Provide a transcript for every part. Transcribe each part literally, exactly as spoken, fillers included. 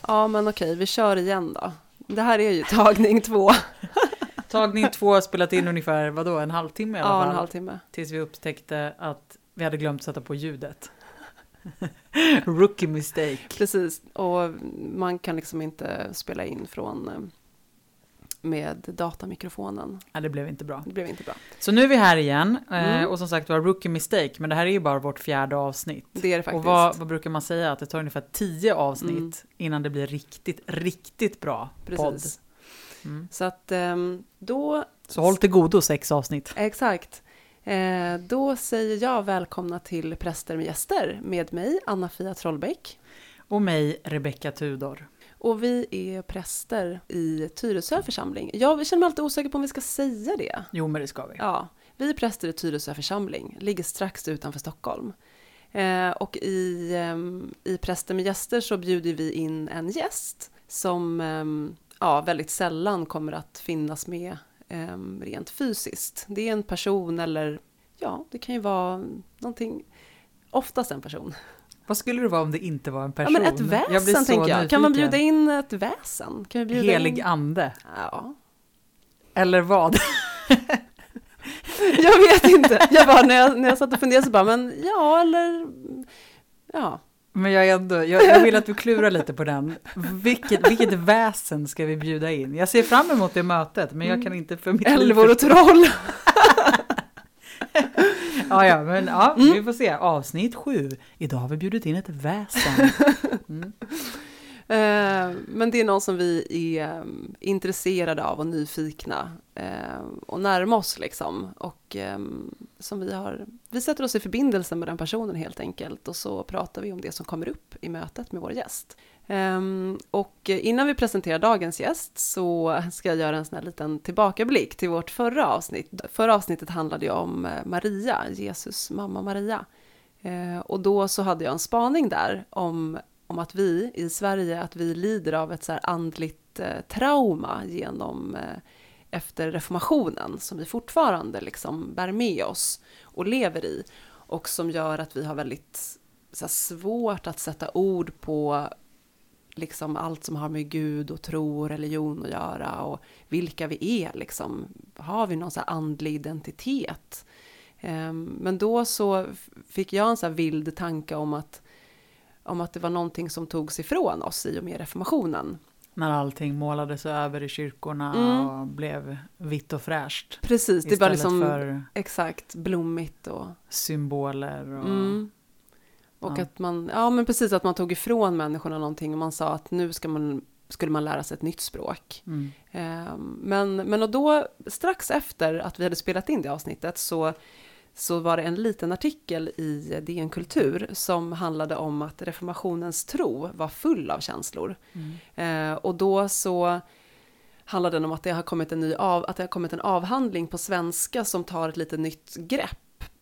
Ja, men okej, vi kör igen då. Det här är ju tagning två. Tagning två har spelat in ungefär, vadå, en halvtimme i alla Ja, fall. en halvtimme. Tills vi upptäckte att vi hade glömt sätta på ljudet. Rookie mistake. Precis, och man kan liksom inte spela in från med datamikrofonen. Ja, det blev inte bra. Det blev inte bra. Så nu är vi här igen. Mm. Eh, och som sagt, det var rookie mistake. Men det här är ju bara vårt fjärde avsnitt. Det är det faktiskt. Och vad, vad brukar man säga? Att det tar ungefär tio avsnitt Mm. innan det blir riktigt, riktigt bra podd. Precis. Mm. Så att då... Så håll till godo sex avsnitt. Exakt. Eh, då säger jag välkomna till Präster med gäster med mig, Anna-Fia Trollbäck. Och mig, Rebecka Tudor. Och vi är präster i Tyresö församling. Jag känner mig alltid osäker på om vi ska säga det. Jo, men det ska vi. Ja, vi är präster i Tyresö församling. Ligger strax utanför Stockholm. Eh, och i, eh, i Präster med gäster så bjuder vi in en gäst som eh, ja, väldigt sällan kommer att finnas med eh, rent fysiskt. Det är en person eller ja, det kan ju vara någonting, oftast en person. Vad skulle det vara om det inte var en person? Ja, men ett väsen jag tänker jag. Nyfiken. Kan man bjuda in ett väsen? Kan vi bjuda Helig in... ande? Ja. Eller vad? Jag vet inte. Jag bara, när jag, när jag satt och funderade så bara, men ja, eller ja. Men jag, är ändå, jag, jag vill att du klurar lite på den. Vilket, vilket väsen ska vi bjuda in? Jag ser fram emot det mötet, men jag kan inte för mitt liv Älvor och troll. Ja, ja, men ja, Mm. vi får se. Avsnitt sju. Idag har vi bjudit in ett väsen. Mm. Eh, men det är någon som vi är um, intresserade av och nyfikna eh, och närma oss liksom. Och eh, som vi har, vi sätter oss i förbindelse med den personen helt enkelt. Och så pratar vi om det som kommer upp i mötet med vår gäst. Um, och innan vi presenterar dagens gäst så ska jag göra en sån här liten tillbakablick till vårt förra avsnitt. Förra avsnittet handlade ju om Maria, Jesus mamma Maria. Uh, och då så hade jag en spaning där om, om att vi i Sverige, att vi lider av ett så här andligt uh, trauma genom uh, efter reformationen som vi fortfarande liksom bär med oss och lever i. Och som gör att vi har väldigt så här, svårt att sätta ord på liksom allt som har med Gud och tro och religion att göra och vilka vi är liksom. Har vi någon så här andlig identitet? Um, men då så fick jag en så här vild tanke om att, om att det var någonting som togs ifrån oss i och med reformationen. När allting målades över i kyrkorna Mm. och blev vitt och fräscht. Precis, det var liksom för exakt blommigt och symboler och mm. Och Ja. att man, ja men precis att man tog ifrån människorna någonting och man sa att nu ska man, skulle man lära sig ett nytt språk. Mm. Um, men, men och då strax efter att vi hade spelat in det avsnittet så, så var det en liten artikel i D N Kultur som handlade om att reformationens tro var full av känslor. Mm. Uh, och då så handlade den om att det har kommit en ny av, att det har kommit en avhandling på svenska som tar ett lite nytt grepp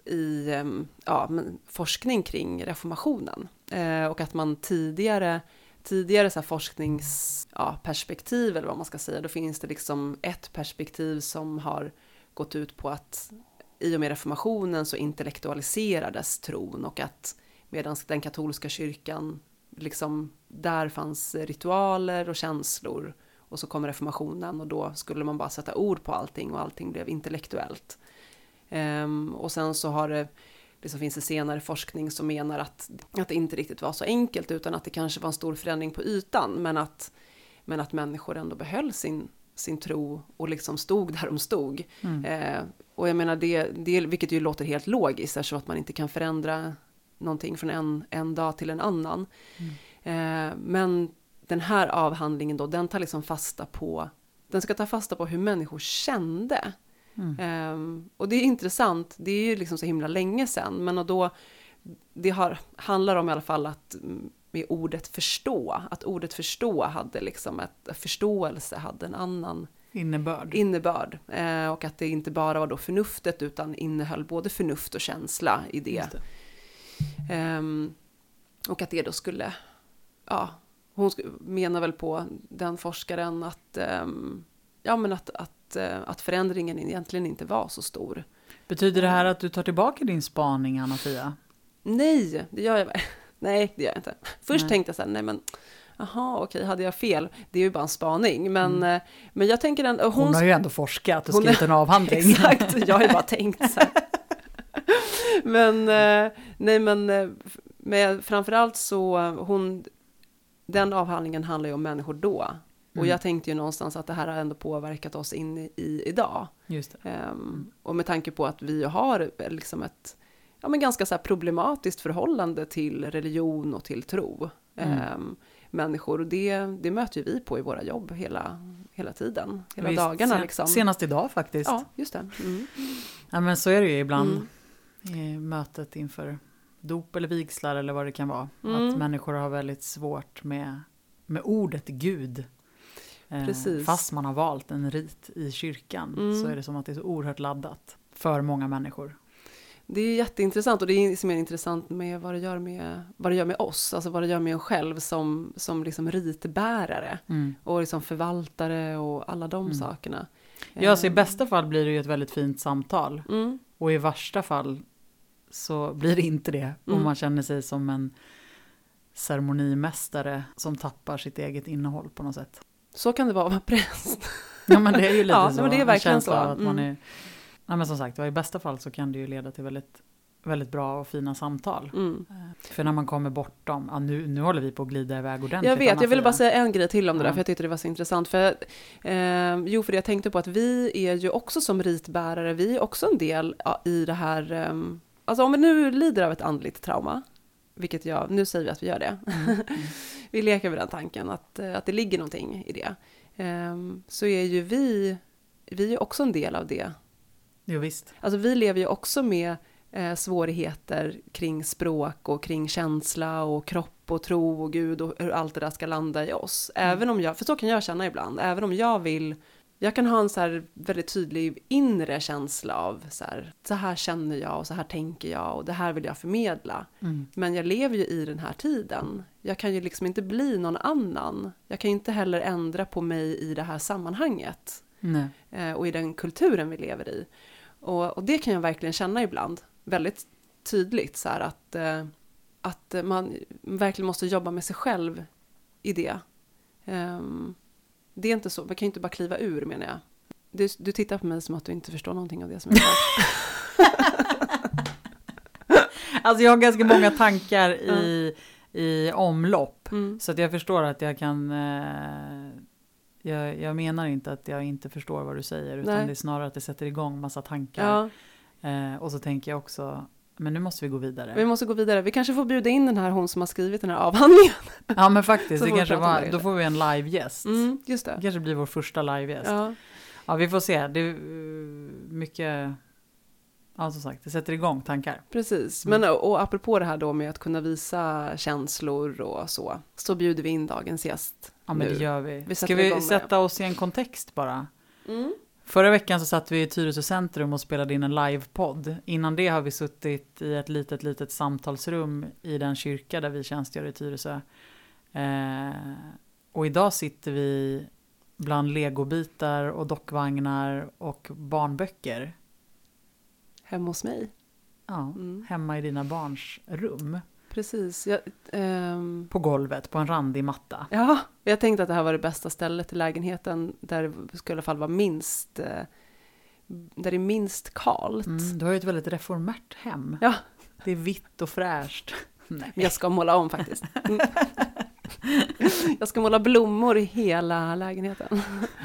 i ja, forskning kring reformationen. Eh, och att man tidigare, tidigare så här forskningsperspektiv ja, eller vad man ska säga, då finns det liksom ett perspektiv som har gått ut på att i och med reformationen så intellektualiserades tron och att medan den katolska kyrkan, liksom, där fanns ritualer och känslor och så kom reformationen och då skulle man bara sätta ord på allting och allting blev intellektuellt. Um, och sen så har det, liksom finns det senare forskning som menar att, att det inte riktigt var så enkelt utan att det kanske var en stor förändring på ytan men att, men att människor ändå behöll sin, sin tro och liksom stod där de stod. Mm. Uh, och jag menar det, det, vilket ju låter helt logiskt eftersom att man inte kan förändra någonting från en, en dag till en annan. Mm. Uh, men den här avhandlingen då, den tar liksom fasta på, den ska ta fasta på hur människor kände. Mm. Um, och det är intressant, det är ju liksom så himla länge sedan men och då det har, handlar om i alla fall att med ordet förstå, att ordet förstå hade liksom ett, förståelse hade en annan innebörd, innebörd. Uh, och att det inte bara var då förnuftet utan innehöll både förnuft och känsla i det, det. Um, och att det då skulle ja, hon menar väl på den forskaren att um, ja men att, att att förändringen egentligen inte var så stor. Betyder det här att du tar tillbaka din spaning, Anna-Fia? Nej, det gör jag väl. Nej, det gör jag inte. Först nej. tänkte jag så här, nej men Jaha, okej, hade jag fel? Det är ju bara en spaning. Men, Mm. men jag tänker ändå... Hon, hon har ju ändå forskat och skrivit en avhandling. Exakt, jag har ju bara tänkt så här. Men, nej men, men framförallt så, hon, den avhandlingen handlar ju om människor då. Och Mm. jag tänkte ju någonstans att det här har ändå påverkat oss in i, i idag. Just det. Um, och med tanke på att vi har liksom ett ja, men ganska så här problematiskt förhållande till religion och till tro. Mm. Um, människor, och det, det möter ju vi på i våra jobb hela, hela tiden, hela Visst, dagarna. sen, Liksom. Senast idag faktiskt. Ja, just det. Mm. Ja, men så är det ju ibland Mm. i mötet inför dop eller vigslar eller vad det kan vara. Mm. Att människor har väldigt svårt med, med ordet Gud. Eh, Precis. fast man har valt en rit i kyrkan Mm. så är det som att det är så oerhört laddat för många människor. Det är jätteintressant, och det är som är intressant med vad det gör med, vad det gör med oss, alltså vad det gör med en själv som, som liksom ritbärare Mm. och liksom förvaltare och alla de Mm. sakerna. Ja, så i bästa fall blir det ju ett väldigt fint samtal. Mm. Och i värsta fall så blir det inte det. Mm. Om man känner sig som en ceremonimästare som tappar sitt eget innehåll på något sätt. Så kan det vara att vara präst. Ja, men det är ju lite Ja, så. men det är En verkligen känsla så. av Att man Mm. är, ja, men som sagt, i bästa fall så kan det ju leda till väldigt, väldigt bra och fina samtal. Mm. För när man kommer bortom, ja, nu, nu håller vi på att glida iväg ordentligt. Jag vet, Anna jag ville Fia. bara säga en grej till om det Ja. där, för jag tyckte det var så intressant. För, eh, jo, för jag tänkte på att vi är ju också som ritbärare, vi är också en del ja, i det här, eh, alltså om vi nu lider av ett andligt trauma, vilket jag, nu säger vi att vi gör det. Mm. Mm. Vi leker med den tanken att, eh, att det ligger någonting i det. Eh, så är ju vi, vi är också en del av det. Jo, visst. Alltså vi lever ju också med eh, svårigheter kring språk och kring känsla och kropp och tro och Gud och hur allt det där ska landa i oss. Även om jag, för så kan jag känna ibland, även om jag vill, jag kan ha en så här väldigt tydlig inre känsla av så här, så här känner jag och så här tänker jag och det här vill jag förmedla. Mm. Men jag lever ju i den här tiden. Jag kan ju liksom inte bli någon annan. Jag kan inte heller ändra på mig i det här sammanhanget. Nej. Eh, och i den kulturen vi lever i. Och, och det kan jag verkligen känna ibland. Väldigt tydligt så här att, eh, att man verkligen måste jobba med sig själv i det. Um, det är inte så, man kan ju inte bara kliva ur, menar jag. Du, du tittar på mig som att du inte förstår någonting av det som jag säger. Alltså jag har ganska många tankar i, i omlopp. Mm. Så att jag förstår att jag kan... Eh, jag, jag menar inte att jag inte förstår vad du säger. Utan Nej. det är snarare att det sätter igång massa tankar. Ja, Eh, och så tänker jag också... Men nu måste vi gå vidare. vi måste gå vidare. Vi kanske får bjuda in den här, hon som har skrivit den här avhandlingen. Ja, men faktiskt. Så Det får vi kanske prata om var, det. då får vi en live-gäst. Mm, just Det det. kanske blir vår första live-gäst. Ja. Ja, vi får se. Det är uh, mycket... Ja, som sagt. Det sätter igång tankar. precis. Mm. Men och, och apropå det här då med att kunna visa känslor och så, så bjuder vi in dagens gäst. Ja, men nu. det gör vi. Vi Ska sätter vi igång med sätta oss i en kontext bara? Mm. Förra veckan så satt vi i Tyresö centrum och spelade in en livepodd. Innan det har vi suttit i ett litet, litet samtalsrum i den kyrka där vi tjänstgör i Tyresö. Eh, och idag sitter vi bland legobitar och dockvagnar och barnböcker. Hemma hos mig. Ja, Mm. hemma i dina barns rum. Precis. Jag, ehm, På golvet, på en randig matta. ja, jag tänkte att det här var det bästa stället i lägenheten där det skulle i alla fall vara minst, eh, där det är minst kalt. Mm, du har ju ett väldigt reformärt hem. Ja. Det är vitt och fräscht. Nej. Jag ska måla om faktiskt. Mm. Jag ska måla blommor i hela lägenheten.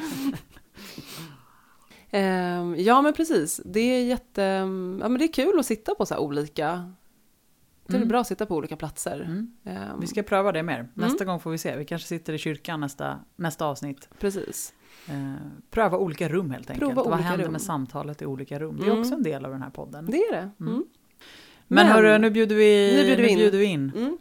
Ehm, ja, men precis. Det är jätte, ja, men det är kul att sitta på så här olika. Det är Mm. bra att sitta på olika platser. Mm. Ehm, Vi ska pröva det mer. Nästa Mm. gång får vi se. Vi kanske sitter i kyrkan nästa, nästa avsnitt. Precis. Eh, pröva olika rum helt enkelt. Prova Vad olika händer rum. med samtalet i olika rum? Det är Mm. också en del av den här podden. Det är det. Mm. Mm. Men, Men- hörru, nu bjuder vi, Nu bjuder vi in. bjuder vi in. Mm.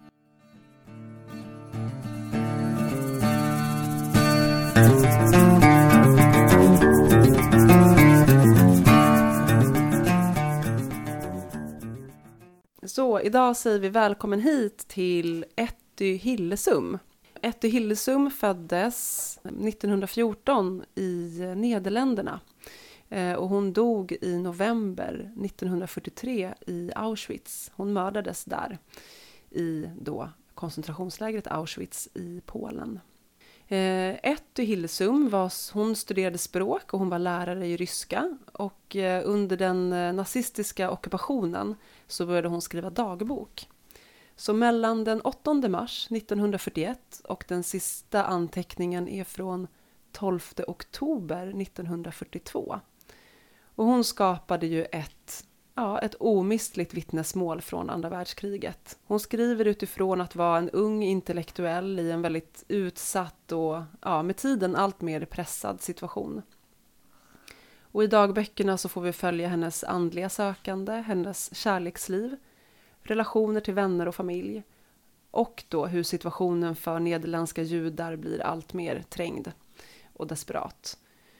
Så idag säger vi välkommen hit till Etty Hillesum. Etty Hillesum föddes nittonhundrafjorton i Nederländerna. Eh, och hon dog i november nittonhundrafyrtiotre i Auschwitz. Hon mördades där i då koncentrationslägret Auschwitz i Polen. Eh, Etty Hillesum var, hon studerade språk och hon var lärare i ryska. Och eh, under den eh, nazistiska ockupationen så började hon skriva dagbok. Så mellan den åttonde mars nittonhundrafyrtioett och den sista anteckningen är från tolfte oktober nittonhundrafyrtiotvå. Och hon skapade ju ett, ja, ett omistligt vittnesmål från andra världskriget. Hon skriver utifrån att vara en ung intellektuell i en väldigt utsatt och ja, med tiden allt mer pressad situation. Och i dagböckerna så får vi följa hennes andliga sökande, hennes kärleksliv, relationer till vänner och familj och då hur situationen för nederländska judar blir allt mer trängd och desperat.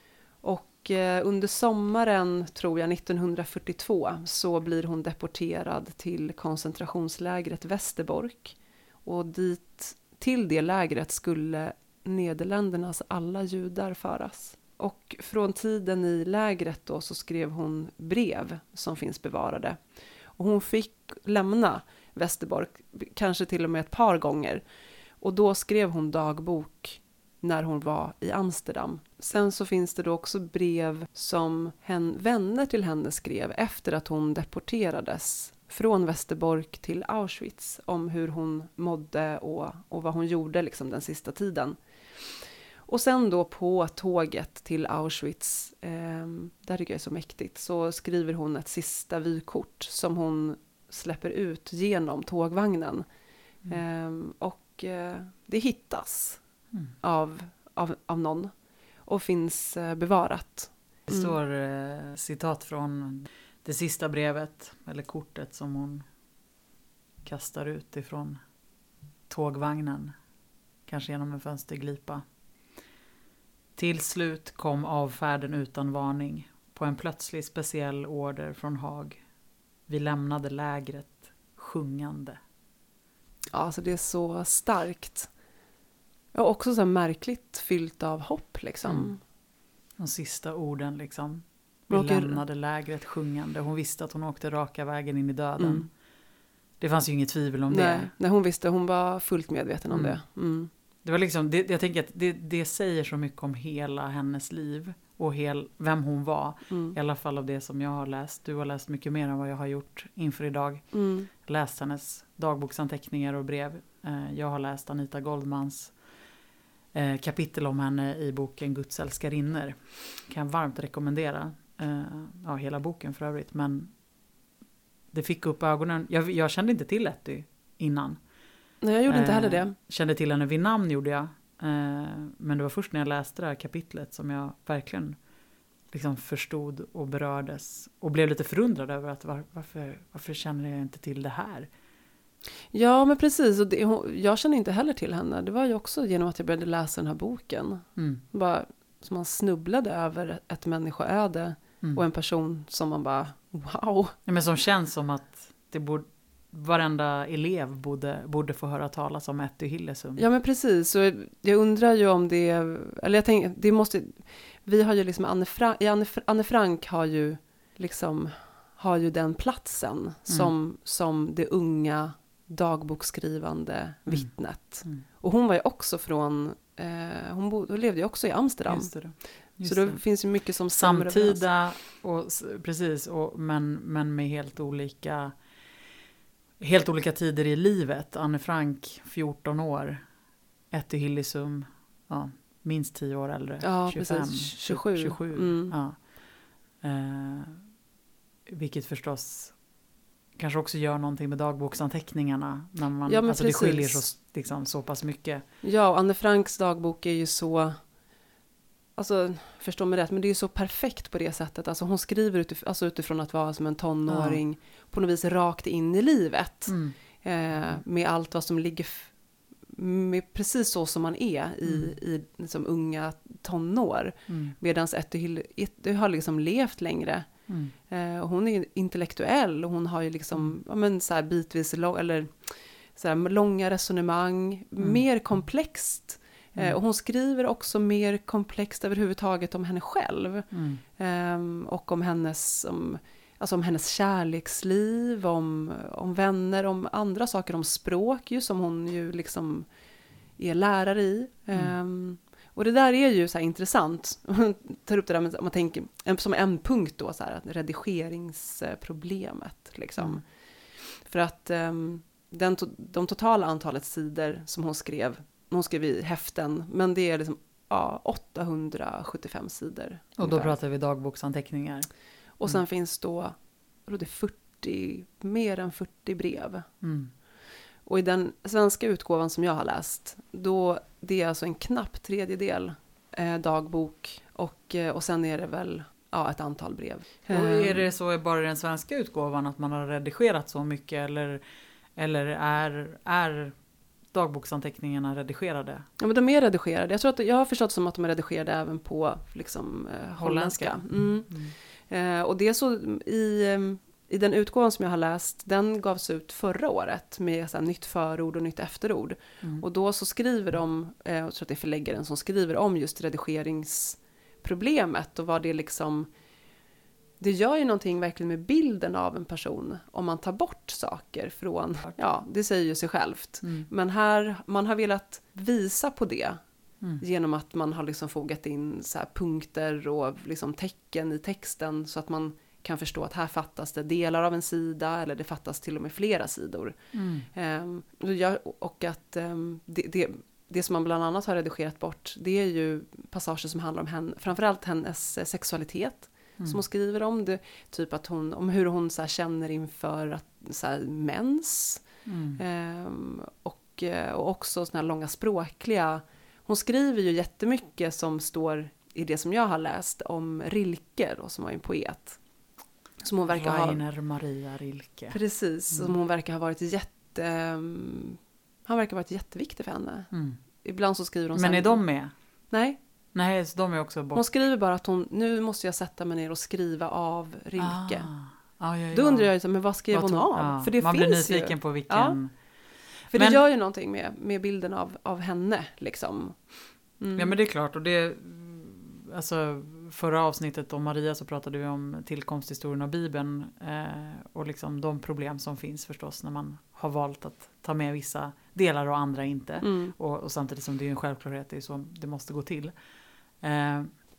Och eh, under sommaren, tror jag, nittonhundrafyrtiotvå så blir hon deporterad till koncentrationslägret Westerbork. Och dit, till det lägret skulle Nederländernas alla judar föras. Och från tiden i lägret då så skrev hon brev som finns bevarade. Och hon fick lämna Westerbork, kanske till och med ett par gånger. Och då skrev hon dagbok när hon var i Amsterdam. Sen så finns det då också brev som hen, vänner till henne skrev efter att hon deporterades från Westerbork till Auschwitz om hur hon mådde och, och vad hon gjorde liksom den sista tiden. Och sen då på tåget till Auschwitz, eh, där tycker jag är så mäktigt, så skriver hon ett sista vykort som hon släpper ut genom tågvagnen. Mm. Eh, och eh, det hittas mm. av, av, av någon och finns eh, bevarat. Det står eh, citat från det sista brevet eller kortet som hon kastar ut ifrån tågvagnen, kanske genom en fönsterglipa. Till slut kom avfärden utan varning på en plötslig speciell order från Haag. Vi lämnade lägret sjungande. Ja, alltså det är så starkt. Och också så märkligt fyllt av hopp liksom. Mm. De sista orden liksom. Vi Åker... lämnade lägret sjungande. Hon visste att hon åkte raka vägen in i döden. Mm. Det fanns ju inget tvivel om Nej, det. Nej, hon visste. Hon var fullt medveten om mm. det. Mm. Det var liksom, det, jag tänker att det, det säger så mycket om hela hennes liv och hel, vem hon var. Mm. I alla fall av det som jag har läst. Du har läst mycket mer än vad jag har gjort inför idag. Mm. Läst hennes dagboksanteckningar och brev. Eh, jag har läst Anita Goldmans eh, kapitel om henne i boken Guds älskarinnor. Kan jag varmt rekommendera. Eh, ja, hela boken för övrigt. Men det fick upp ögonen. Jag, jag kände inte till Etty innan. Nej, jag gjorde inte heller det. Eh, kände till henne vid namn gjorde jag. Eh, men det var först när jag läste det här kapitlet som jag verkligen liksom förstod och berördes. Och blev lite förundrad över att var, varför, varför känner jag inte till det här? Ja, men precis. Och det, jag kände inte heller till henne. Det var ju också genom att jag började läsa den här boken. Mm. Bara som man snubblade över ett människoöde mm. och en person som man bara, wow. Ja, men som känns som att det borde... varenda elev borde, borde få höra talas om Etty Hillesum. Ja, men precis. Så jag undrar ju om det... Eller jag tänker, det måste... Vi har ju liksom... Anne Frank, Anne, Anne Frank har ju liksom... Har ju den platsen mm. som, som det unga dagboksskrivande mm. vittnet. Mm. Och hon var ju också från... Eh, hon, bo, hon levde ju också i Amsterdam. Just det. Just så det det finns ju mycket som... Samtida, och, precis, och, men, men med helt olika... Helt olika tider i livet. Anne Frank, fjorton år. Etty Hillesum, ja, minst tio år äldre. Ja, tjugofem, precis. tjugosju. tjugosju Mm. Ja. Eh, vilket förstås kanske också gör någonting med dagboksanteckningarna. När man, ja, men alltså precis. Det skiljer så, liksom, så pass mycket. Ja, och Anne Franks dagbok är ju så... Alltså, förstå mig rätt, men det är ju så perfekt på det sättet. Alltså hon skriver utif- alltså utifrån att vara som en tonåring ja. På något vis rakt in i livet. Mm. Eh, med allt vad som ligger f- med precis så som man är i, mm. i liksom, unga tonår. Mm. Medan Etty Hillesum har liksom levt längre. Mm. Eh, och hon är intellektuell och hon har ju liksom mm. ja, men, så här bitvis lo- eller, så här, långa resonemang. Mm. Mer komplext. Mm. Och hon skriver också mer komplext överhuvudtaget om henne själv. Mm. Um, och om hennes... Um, alltså om hennes kärleksliv, om, om vänner, om andra saker, om språk ju, som hon ju liksom är lärare i. Mm. Um, och det där är ju så här intressant. Hon tar upp det där med, om man tänker, som en punkt då, så här, redigeringsproblemet liksom. Mm. För att um, den to- de totala antalet sidor som hon skrev, hon skrev i häften, men det är liksom ja, åttahundrasjuttiofem sidor. Och då ungefär. Pratar vi dagboksanteckningar. Och sen mm. finns då det fyrtio, mer än fyrtio brev. Mm. Och i den svenska utgåvan som jag har läst, då det är alltså en knapp tredjedel eh, dagbok och, eh, och sen är det väl ja, ett antal brev. Och är det så bara i den svenska utgåvan att man har redigerat så mycket, eller, eller är, är dagboksanteckningarna redigerade? Ja, men de är redigerade. Jag tror att jag har förstått som att de är redigerade även på liksom, eh, holländska. Mm. Mm. Eh, och det är så i, i den utgåvan som jag har läst, den gavs ut förra året med så här, nytt förord och nytt efterord. Mm. Och då så skriver de, eh, jag tror att det är förläggaren som skriver om just redigeringsproblemet och vad det liksom, det gör ju någonting verkligen med bilden av en person om man tar bort saker från, ja, det säger ju sig självt. Mm. Men här, man har velat visa på det mm. genom att man har liksom fogat in så här punkter och liksom tecken i texten så att man kan förstå att här fattas det delar av en sida eller det fattas till och med flera sidor. Mm. Um, och att um, det, det, det som man bland annat har redigerat bort, det är ju passager som handlar om henne, framförallt hennes sexualitet. Mm. Som hon skriver om det, typ att hon, om hur hon så här känner inför att, så här, mens mm. ehm, och, och också såna här långa språkliga, hon skriver ju jättemycket som står i det som jag har läst om Rilke då, som var en poet som hon verkar Rainer ha, Maria Rilke precis, mm. som hon verkar ha varit jätte han verkar ha varit jätteviktig för henne mm. ibland så skriver hon men sen, är de med? Nej. Nej, så de är också bort. Hon skriver bara att hon, nu måste jag sätta mig ner och skriva av Rilke. Ah, ja, ja, ja. Då undrar jag ju, men vad skrev vad hon av? Ja, för det man finns blir nyfiken ju. På vilken... Ja. För men... det gör ju någonting med, med bilden av, av henne, liksom. Mm. Ja, men det är klart. Och det, alltså, förra avsnittet om Maria så pratade vi om tillkomsthistorien av Bibeln. Eh, och liksom de problem som finns förstås när man har valt att ta med vissa delar och andra inte. Mm. Och, och samtidigt som det är en självklarhet, det är så det måste gå till. Eh,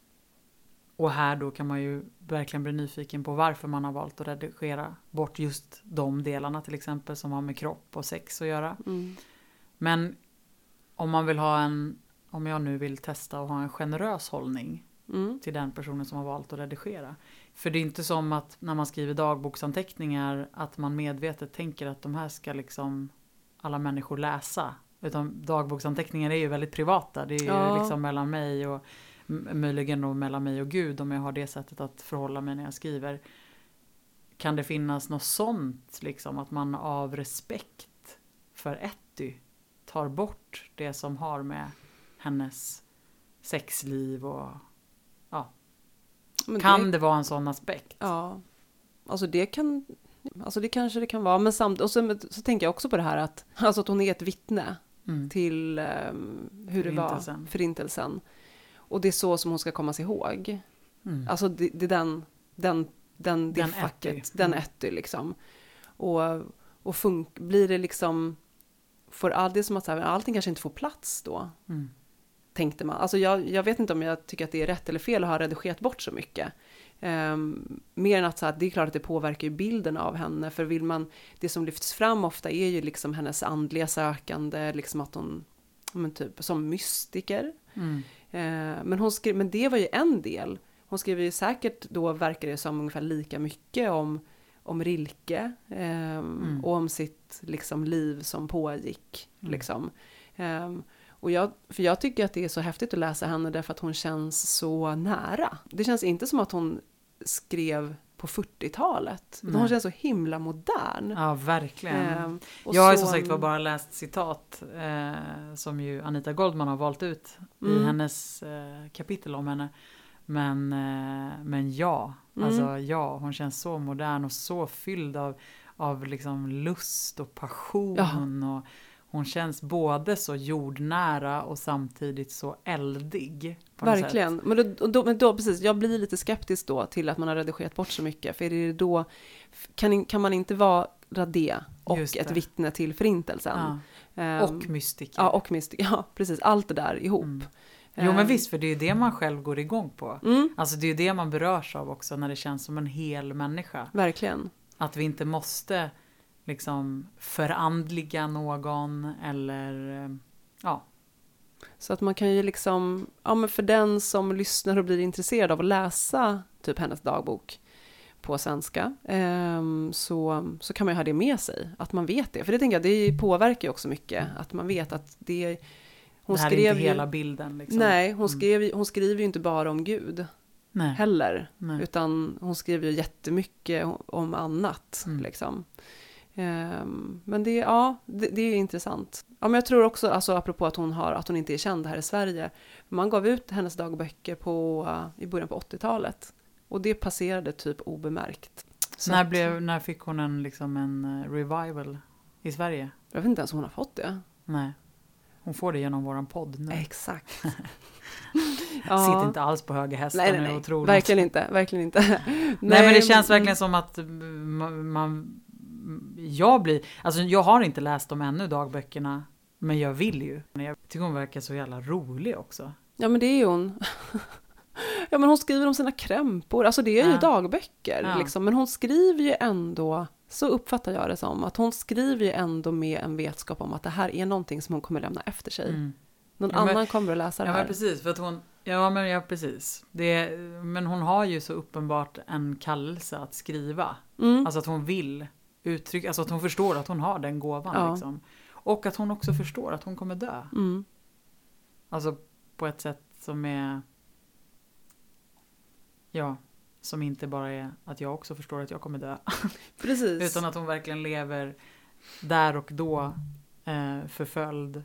och här då kan man ju verkligen bli nyfiken på varför man har valt att redigera bort just de delarna till exempel som har med kropp och sex att göra. Mm. Men om man vill ha en, om jag nu vill testa och ha en generös hållning mm. till den personen som har valt att redigera. För det är inte som att när man skriver dagboksanteckningar att man medvetet tänker att de här ska liksom alla människor läsa. Utan dagboksanteckningar är ju väldigt privata. Det är ju ja. liksom mellan mig och möjligen då mellan mig och Gud om jag har det sättet att förhålla mig när jag skriver. Kan det finnas något sånt liksom att man av respekt för Etty tar bort det som har med hennes sexliv och ja. Men kan det, det vara en sån aspekt? Ja. Alltså det kan alltså det kanske det kan vara, men samt och så, så tänker jag också på det här att alltså att hon är ett vittne mm. till um, hur det var förintelsen. Och det är så som hon ska komma sig ihåg. Mm. Alltså det, det är den den den den facket, den Etty liksom. Och och fun- blir det liksom får all det som att här, allting kanske inte får plats då. Mm. Tänkte man. Alltså jag jag vet inte om jag tycker att det är rätt eller fel att ha redigerat bort så mycket. Um, mer än att, så att det är klart att det påverkar bilden av henne, för vill man, det som lyfts fram ofta är ju liksom hennes andliga sökande, liksom att hon men typ som mystiker mm. uh, men, hon skrev, men det var ju en del, hon skrev ju säkert då verkar det som ungefär lika mycket om, om Rilke um, mm. och om sitt liksom liv som pågick mm. liksom um, och jag, för jag tycker att det är så häftigt att läsa henne därför att hon känns så nära. Det känns inte som att hon skrev på fyrtiotalet. Nej. Hon känns så himla modern. Ja, verkligen. Eh, jag har ju som sagt var bara läst citat eh, som ju Anita Goldman har valt ut mm. i hennes eh, kapitel om henne. Men, eh, men ja, mm. alltså ja, hon känns så modern och så fylld av, av liksom lust och passion ja. och hon känns både så jordnära och samtidigt så eldig. Verkligen. Men då, då, men då, precis, jag blir lite skeptisk då till att man har redigerat bort så mycket. För är det då, kan, kan man inte vara det och ett vittne till förintelsen? Ja. Um, och mystiker. Ja, och mystiker. Ja, precis. Allt det där ihop. Mm. Jo, men visst, för det är ju det man själv går igång på. Mm. Alltså det är ju det man berörs av också när det känns som en hel människa. Verkligen. Att vi inte måste liksom förandliga någon eller ja. Så att man kan ju liksom, ja men för den som lyssnar och blir intresserad av att läsa typ hennes dagbok på svenska, eh, så, så kan man ju ha det med sig, att man vet det. För det tänker jag, det påverkar ju också mycket, att man vet att det hon det här skrev är inte ju, hela bilden. Liksom. Nej, hon, skrev, hon skriver ju inte bara om Gud nej. heller, nej. utan hon skriver ju jättemycket om annat. Mm. Liksom. Um, men det, ja, det, det är intressant. Ja, men jag tror också, alltså, apropå att hon, har, att hon inte är känd här i Sverige, man gav ut hennes dagböcker på, uh, i början på åttiotalet. Och det passerade typ obemärkt. Så när, att, blev, när fick hon en, liksom en revival i Sverige? Jag vet inte ens om hon har fått det. Nej. Hon får det genom våran podd nu. Exakt. Ja. Sitter inte alls på höga hästar nej, nej, nej. nu och tror verkligen något. inte, verkligen inte. nej, nej, men det känns verkligen som att man, man jag blir, alltså jag har inte läst dem ännu, dagböckerna, men jag vill ju. Jag tycker hon verkar så jävla rolig också. Ja, men det är hon. Ja, men hon skriver om sina krämpor, alltså det är ja. ju dagböcker ja. liksom, men hon skriver ju ändå, så uppfattar jag det som, att hon skriver ju ändå med en vetskap om att det här är någonting som hon kommer lämna efter sig. Mm. Någon ja, men, annan kommer att läsa det här. Ja, men precis, för att hon, ja, men ja, precis. Det, men hon har ju så uppenbart en kallelse att skriva. Mm. Alltså att hon vill uttrycka, alltså att hon förstår att hon har den gåvan. Ja. Liksom. Och att hon också förstår att hon kommer dö. Mm. Alltså på ett sätt som är, ja, som inte bara är att jag också förstår att jag kommer dö. Precis. Utan att hon verkligen lever där och då eh, förföljd.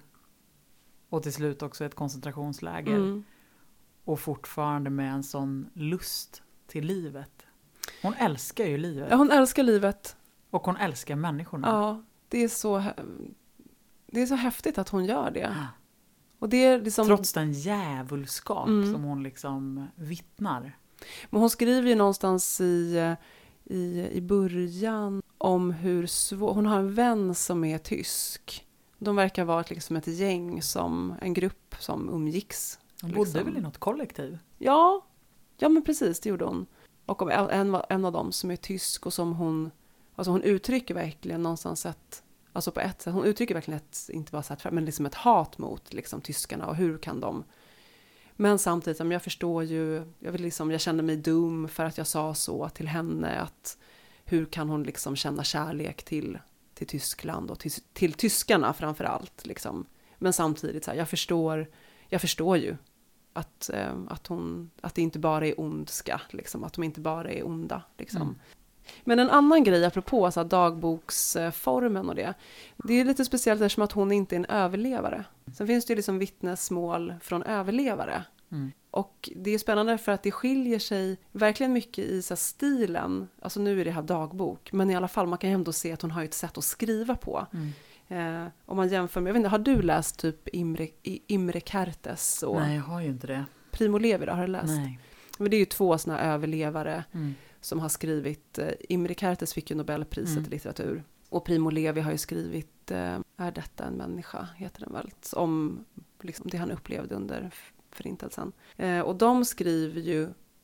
Och till slut också ett koncentrationsläger. Mm. Och fortfarande med en sån lust till livet. Hon älskar ju livet. Ja, hon älskar livet. Och hon älskar människorna. Ja, det är så, det är så häftigt att hon gör det. Och det är liksom, trots den djävulskap mm. som hon liksom vittnar. Men hon skriver ju någonstans i, i, i början om hur svår, hon har en vän som är tysk. De verkar vara liksom ett gäng, som en grupp som umgicks. Hon bodde liksom. Väl i något kollektiv? Ja, ja men precis, det gjorde hon. Och om en, en av dem som är tysk och som hon, alltså hon uttrycker verkligen någonstans ett, alltså på ett sätt, hon uttrycker verkligen ett, inte bara så här, men liksom ett hat mot liksom tyskarna och hur kan de. Men samtidigt, jag förstår ju, jag, vill liksom, jag kände mig dum för att jag sa så till henne, att hur kan hon liksom känna kärlek till, till Tyskland och till, till tyskarna framför allt. Liksom. Men samtidigt, så här, jag, förstår, jag förstår ju att, eh, att, hon, att det inte bara är ondska, liksom, att de inte bara är onda. Liksom. Mm. Men en annan grej apropå så här, dagboksformen och det, det är lite speciellt eftersom att hon inte är en överlevare. Sen finns det ju liksom vittnesmål från överlevare. Mm. Och det är spännande för att det skiljer sig verkligen mycket i så här, stilen. Alltså nu är det här dagbok, men i alla fall man kan ju ändå se att hon har ett sätt att skriva på. Mm. Eh, om man jämför med, jag vet inte, har du läst typ Imre, Imre Kertész? Och Nej, jag har ju inte det. Primo Levi, har du läst? Nej. Men det är ju två såna överlevare mm. som har skrivit, eh, Imre Kertész fick ju Nobelpriset mm. i litteratur. Och Primo Levi har ju skrivit eh, Är detta en människa, heter den väl, om liksom, det han upplevde under förintelsen. Eh, och de skriver ju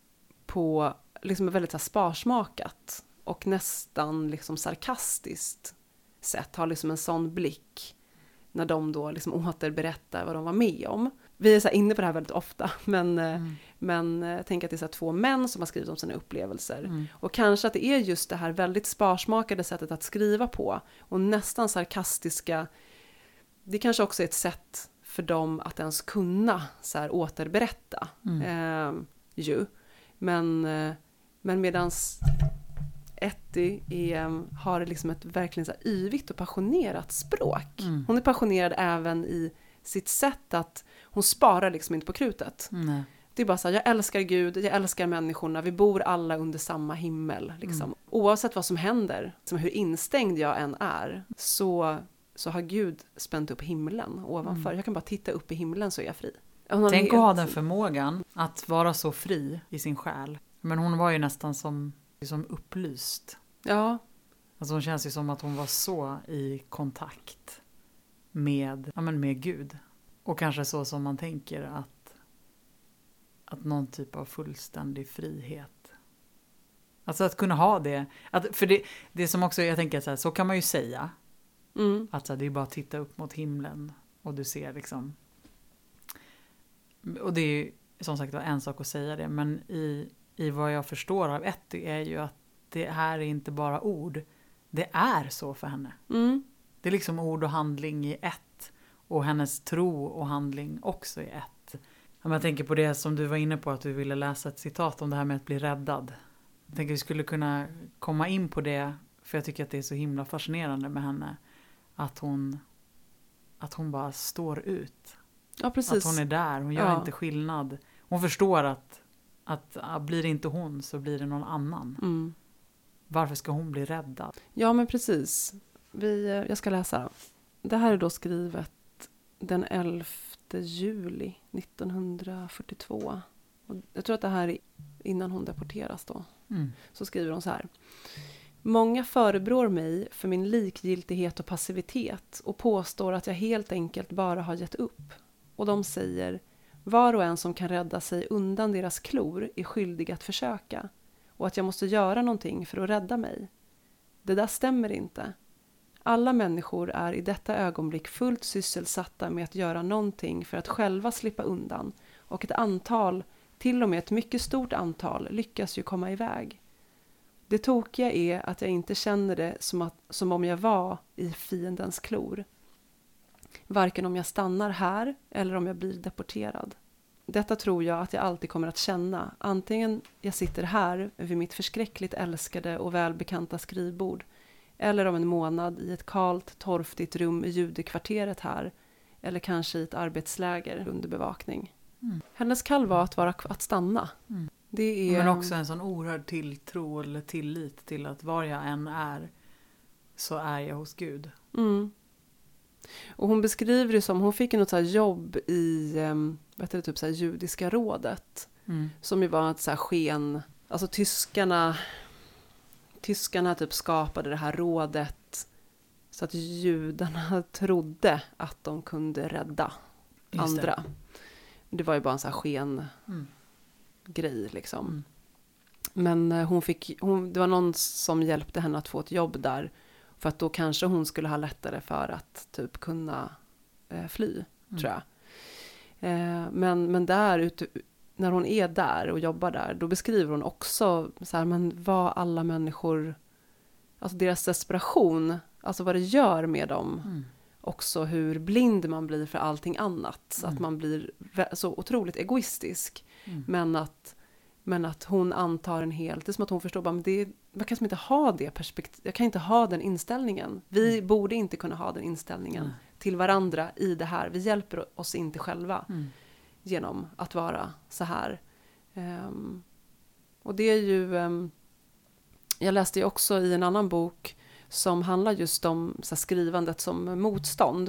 på liksom, väldigt så här, sparsmakat och nästan liksom, sarkastiskt sätt, har liksom en sån blick när de då liksom, återberättar vad de var med om. Vi är så här, inne på det här väldigt ofta, men, mm. men jag tänker att det är så här, två män som har skrivit om sina upplevelser. Mm. Och kanske att det är just det här väldigt sparsmakade sättet att skriva på och nästan sarkastiska. Det kanske också är ett sätt för dem att ens kunna så här, återberätta. Mm. Eh, ju. Men, eh, men medans Etty är, har liksom ett verkligen så här, yvigt och passionerat språk. Mm. Hon är passionerad även i sitt sätt att hon sparar liksom inte på krutet. Mm. Det är bara så här, jag älskar Gud, jag älskar människorna, vi bor alla under samma himmel. Liksom. Mm. Oavsett vad som händer, liksom hur instängd jag än är, så så har Gud spänt upp himlen ovanför. Mm. Jag kan bara titta upp i himlen så är jag fri. Tänk att ha den förmågan att vara så fri i sin själ. Men hon var ju nästan som, som upplyst. Ja. Alltså hon känns ju som att hon var så i kontakt med, ja men med Gud. Och kanske så som man tänker att, att någon typ av fullständig frihet. Alltså att kunna ha det. Att, för det, det som också, jag tänker så här, så kan man ju säga. Mm. Att så här, det är bara att titta upp mot himlen och du ser liksom. Och det är ju som sagt en sak att säga det. Men i, i vad jag förstår av Etty är ju att det här är inte bara ord. Det är så för henne. Mm. Det är liksom ord och handling i ett. Och hennes tro och handling också i ett. Om jag tänker på det som du var inne på, att du ville läsa ett citat om det här med att bli räddad. Jag tänker att vi skulle kunna komma in på det. För jag tycker att det är så himla fascinerande med henne. Att hon, att hon bara står ut. Ja, precis. Att hon är där, hon gör Ja. inte skillnad. Hon förstår att, att ja, blir det inte hon så blir det någon annan. Mm. Varför ska hon bli räddad? Ja, men precis. Vi, jag ska läsa. Det här är då skrivet den elfte juli nittonhundrafyrtiotvå. Och jag tror att det här är innan hon deporteras då. Mm. Så skriver hon så här. Många förebrår mig för min likgiltighet och passivitet och påstår att jag helt enkelt bara har gett upp. Och de säger, var och en som kan rädda sig undan deras klor är skyldig att försöka. Och att jag måste göra någonting för att rädda mig. Det där stämmer inte. Alla människor är i detta ögonblick fullt sysselsatta med att göra någonting för att själva slippa undan. Och ett antal, till och med ett mycket stort antal, lyckas ju komma iväg. Det tokiga är att jag inte känner det som, att, som om jag var i fiendens klor. Varken om jag stannar här eller om jag blir deporterad. Detta tror jag att jag alltid kommer att känna. Antingen jag sitter här vid mitt förskräckligt älskade och välbekanta skrivbord. Eller om en månad i ett kalt, torftigt rum i judekvarteret här. Eller kanske i ett arbetsläger under bevakning. Mm. Hennes kall var att, vara, att stanna. Mm. Det är, Men också en sån oerhörd tilltro eller tillit till att var jag än är så är jag hos Gud. Mm. Och hon beskriver det som, hon fick något så här jobb i vet du, typ så här judiska rådet. Mm. Som ju var ett så här sken, alltså tyskarna tyskarna typ skapade det här rådet så att judarna trodde att de kunde rädda Just andra. det. Det var ju bara en så här sken Mm. grej liksom. Mm. Men eh, hon fick, hon, det var någon som hjälpte henne att få ett jobb där. För att då kanske hon skulle ha lättare för att typ kunna eh, fly, Mm. tror jag. Eh, men, men där ute, när hon är där och jobbar där, då beskriver hon också så här, men vad alla människor, alltså deras desperation, alltså vad det gör med dem. Mm. Också hur blind man blir för allting annat. Så Mm. att man blir vä- så otroligt egoistisk. Mm. Men att, men att hon antar en helt... Det är som att hon förstår, bara, men det, jag kan inte ha det perspektiv, jag kan inte ha den inställningen. Vi Mm. borde inte kunna ha den inställningen Mm. till varandra i det här. Vi hjälper oss inte själva Mm. genom att vara så här. Um, och det är ju... Um, jag läste ju också i en annan bok som handlar just om så här, skrivandet som motstånd.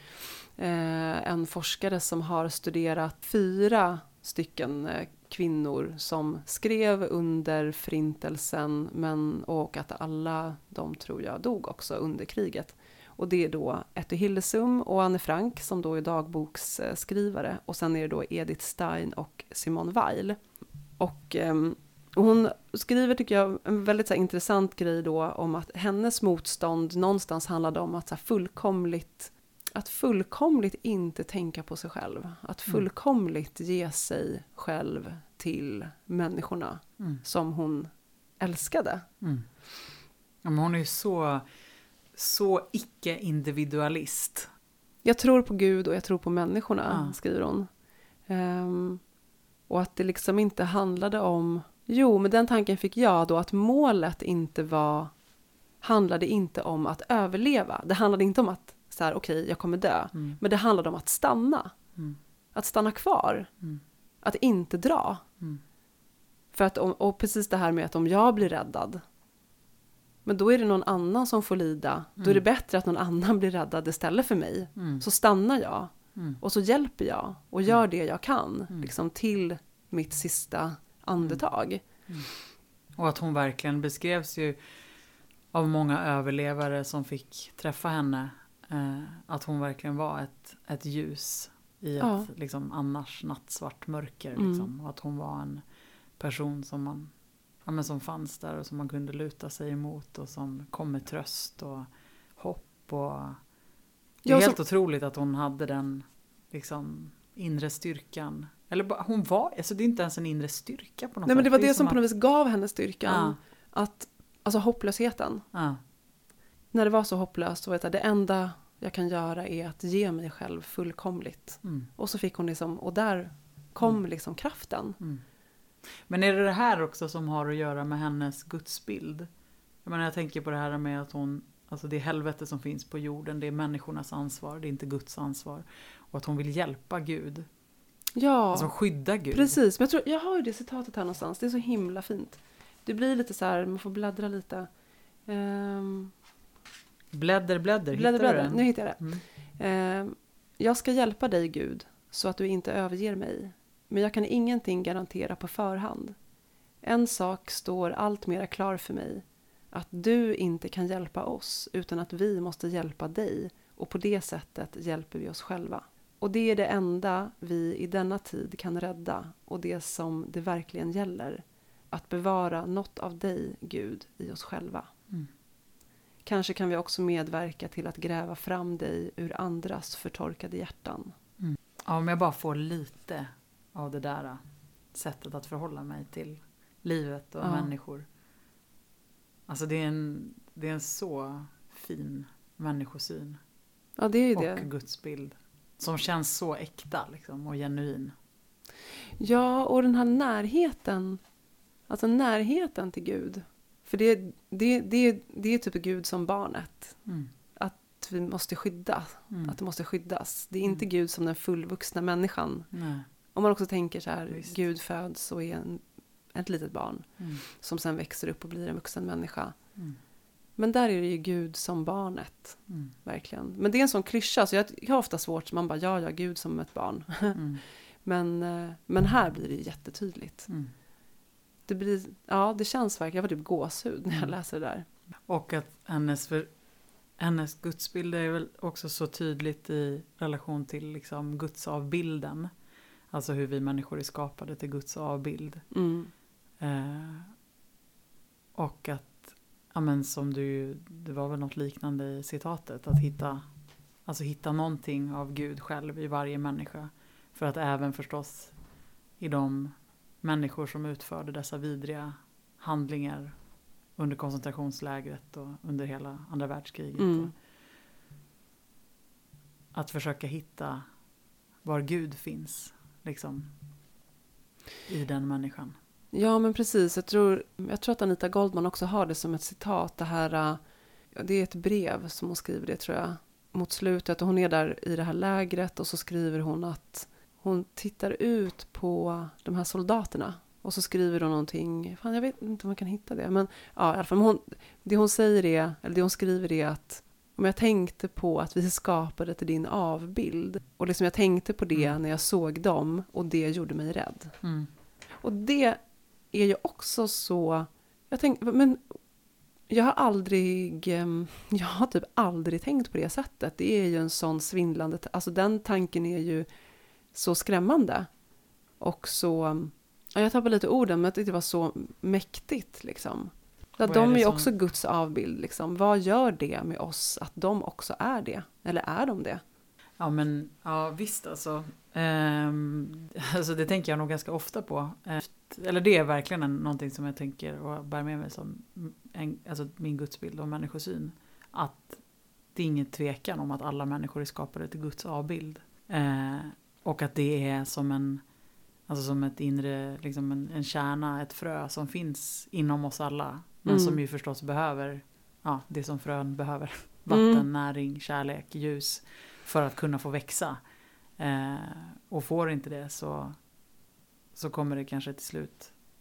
Eh, en forskare som har studerat fyra stycken eh, kvinnor som skrev under förintelsen, men, och att alla de tror jag dog också under kriget. Och det är då Etty Hillesum och Anne Frank som då är dagboksskrivare, och sen är det då Edith Stein och Simone Weil. Och ehm, Och hon skriver, tycker jag, en väldigt så här, intressant grej då om att hennes motstånd någonstans handlade om att så här, fullkomligt, att fullkomligt inte tänka på sig själv. Att fullkomligt ge sig själv till människorna Mm. som hon älskade. Mm. Ja, men hon är ju så, så icke-individualist. Jag tror på Gud och jag tror på människorna, Ja. skriver hon. Um, och att det liksom inte handlade om... Jo, men den tanken fick jag då, att målet inte var... handlade inte om att överleva. Det handlade inte om att, så här, okej, okay, jag kommer dö. Mm. Men det handlade om att stanna. Mm. Att stanna kvar. Mm. Att inte dra. Mm. För att, om, och precis det här med att om jag blir räddad, men då är det någon annan som får lida. Mm. Då är det bättre att någon annan blir räddad istället för mig. Mm. Så stannar jag. Mm. Och så hjälper jag. Och gör mm. det jag kan. Mm. Liksom till mitt sista andetag. Mm. Och att hon verkligen beskrevs ju av många överlevare som fick träffa henne. Eh, att hon verkligen var ett, ett ljus i ett ja. liksom, annars nattsvart mörker. Liksom. Mm. Och att hon var en person som man ja, men som fanns där och som man kunde luta sig emot och som kom med tröst och hopp. Och det är ja, helt som... otroligt att hon hade den liksom, inre styrkan. Eller hon var, alltså det är inte ens en inre styrka på något Nej, sätt. Men det var det, det som, som på något att... vis gav henne styrkan. Ja. Att, alltså hopplösheten. Ja. När det var så hopplöst så var det, det enda jag kan göra är att ge mig själv fullkomligt. Mm. Och så fick hon liksom, och där kom mm. liksom kraften. Mm. Men är det det här också som har att göra med hennes gudsbild? Jag menar, jag tänker på det här med att hon, alltså det helvete som finns på jorden, det är människornas ansvar, det är inte Guds ansvar. Och att hon vill hjälpa Gud. Ja, alltså skydda Gud. Precis, men jag tror, jag har ju det citatet här någonstans, det är så himla fint. Det blir lite så här, man får bläddra lite. Um, blädder, blädder, blädder, hittar blädder. du den? Nu hittar jag det. Mm. Um, jag ska hjälpa dig Gud, så att du inte överger mig. Men jag kan ingenting garantera på förhand. En sak står allt mera klar för mig. Att du inte kan hjälpa oss, utan att vi måste hjälpa dig. Och på det sättet hjälper vi oss själva. Och det är det enda vi i denna tid kan rädda. Och det som det verkligen gäller. Att bevara något av dig, Gud, i oss själva. Mm. Kanske kan vi också medverka till att gräva fram dig ur andras förtorkade hjärtan. Mm. Ja, om jag bara får lite av det där sättet att förhålla mig till livet och ja. människor. Alltså det är en, det är en så fin människosyn. Ja, det är ju och det. gudsbild. Som känns så äkta liksom, och genuin. Ja, och den här närheten. Alltså närheten till Gud. För det, det, det, det är typ Gud som barnet. Mm. Att vi måste skydda. Mm. Att det måste skyddas. Det är inte mm. Gud som den fullvuxna människan. Nej. Om man också tänker så här, Visst. Gud föds och är en, ett litet barn. Mm. Som sen växer upp och blir en vuxen människa. Mm. Men där är det ju Gud som barnet. Mm. Verkligen. Men det är en sån klyscha. Så jag, jag har ofta svårt. Man bara, ja, ja, Gud som ett barn. Mm. men, men här blir det ju jättetydligt. Mm. Det blir, ja, det känns verkligen. Jag var typ gåshud när jag läser det där. Och att hennes, för, hennes gudsbild är väl också så tydligt i relation till liksom Guds avbilden. Alltså hur vi människor är skapade till Guds avbild. Mm. Eh, och att, ja men som du, det var väl något liknande i citatet. Att hitta, alltså hitta någonting av Gud själv i varje människa. För att även förstås i de människor som utförde dessa vidriga handlingar under koncentrationslägret och under hela andra världskriget. Mm. Att försöka hitta var Gud finns liksom i den människan. Ja, men precis. Jag tror, jag tror att Anita Goldman också har det som ett citat. Det här, det är ett brev som hon skriver det tror jag mot slutet. Och hon är där i det här lägret och så skriver hon att hon tittar ut på de här soldaterna. Och så skriver hon någonting. Fan, jag vet inte om man kan hitta det. Men ja, i alla fall, hon, det hon säger är, eller det hon skriver är att om jag tänkte på att vi skapade till din avbild. Och liksom jag tänkte på det mm. när jag såg dem. Och det gjorde mig rädd. Mm. Och det är ju också så. Jag tänkte, men jag har aldrig, jag har typ aldrig tänkt på det sättet. Det är ju en sån svindlande, alltså den tanken är ju så skrämmande. Och så, ja, jag tappar lite orden, men det var så mäktigt liksom. Ja, de är ju som... också Guds avbild liksom. Vad gör det med oss att de också är det? Eller är de det? Ja, men ja, visst alltså. Ehm, alltså det tänker jag nog ganska ofta på. Ehm, eller det är verkligen en, någonting som jag tänker och bär med mig som en, alltså min gudsbild och människosyn. Att det är ingen tvekan om att alla människor är skapade till Guds avbild. Ehm, och att det är som en, alltså som ett inre, liksom en, en kärna, ett frö som finns inom oss alla. Men mm. som ju förstås behöver, ja, det som frön behöver. Vatten, mm. näring, kärlek, ljus. För att kunna få växa. Eh, och får inte det så, så kommer det kanske till slut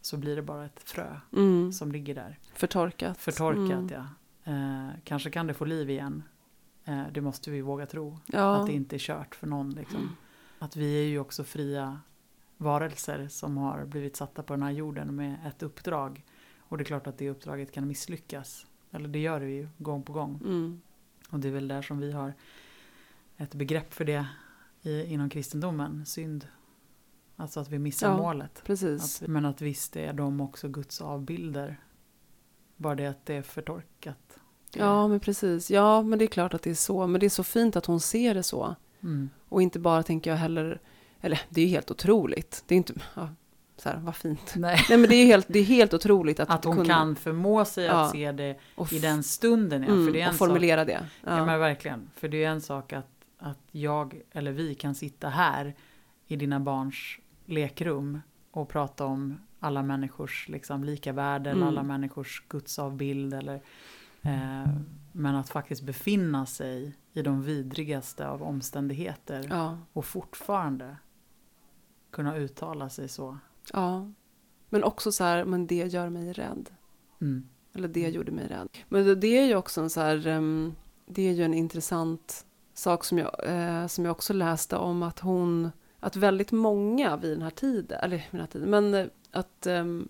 så blir det bara ett frö Mm. som ligger där. Förtorkat. Förtorkat, Mm. ja. Eh, kanske kan det få liv igen. Eh, det måste vi våga tro. Ja. Att det inte är kört för någon. Liksom. Mm. Att vi är ju också fria varelser som har blivit satta på den här jorden med ett uppdrag. Och det är klart att det uppdraget kan misslyckas. Eller det gör det ju gång på gång. Mm. Och det är väl där som vi har ett begrepp för det i, inom kristendomen. Synd. Alltså att vi missar Ja, målet. Precis. Att, men att visst är de också Guds avbilder. Bara det att det är förtorkat. Ja, men precis. Ja, men det är klart att det är så. Men det är så fint att hon ser det så. Mm. Och inte bara tänker jag heller, eller det är ju helt otroligt. Det är inte, ja, så här, vad fint. Nej. Nej, men det är helt, det är helt otroligt att, att hon kunna, kan förmå sig ja, att se det och i den stunden. Ja, mm, för det är en och formulera sak, det. Ja. Ja. Men verkligen. För det är en sak att, att jag eller vi kan sitta här i dina barns lekrum och prata om alla människors liksom, lika värde eller Mm. alla människors gudsavbild. Eller, eh, men att faktiskt befinna sig i de vidrigaste av omständigheter Ja. och fortfarande kunna uttala sig så. Ja. Men också så här, men det gör mig rädd. Mm. Eller det gjorde mig rädd. Men det, det är ju också en så här, um, det är ju en intressant sak som jag, eh, som jag också läste om att hon, att väldigt många vid den här tiden, eller vid den här tiden, men eh, att um,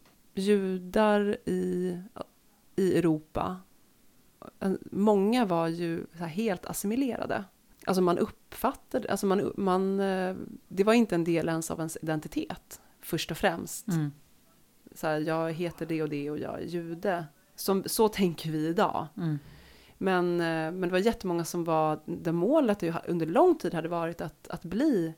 judar i, i Europa, eh, många var ju så här helt assimilerade. Alltså man uppfattade, alltså man, man, eh, det var inte en del ens av ens identitet, först och främst. Mm. Så här, jag heter det och det och jag är jude. Som, så tänker vi idag. Mm. Men, men det var jättemånga som var, det målet under lång tid hade varit att, att bli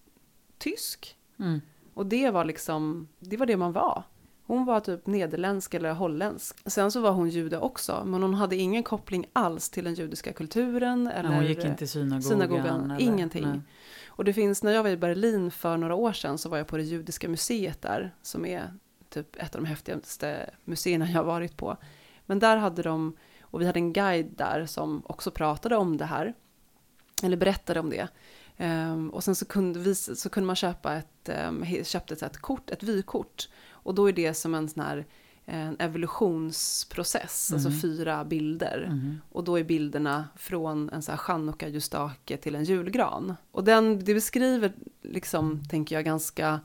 tysk. Mm. Och det var liksom, det var det man var. Hon var typ nederländsk eller holländsk. Sen så var hon jude också, men hon hade ingen koppling alls till den judiska kulturen. Eller hon gick inte i synagogan. synagogan eller, ingenting. Nej. Och det finns, när jag var i Berlin för några år sedan så var jag på det judiska museet där, som är typ ett av de häftigaste museerna jag har varit på. Men där hade de, och vi hade en guide där som också pratade om det här, eller berättade om det. Um, och sen så kunde, vi, så kunde man köpa ett, um, köpte ett, ett kort, ett vykort. Och då är det som en sån här en evolutionsprocess, Mm. alltså fyra bilder. Mm. Och då är bilderna från en så här chanukka-ljusstake till en julgran. Och den, det beskriver liksom, tänker jag, ganska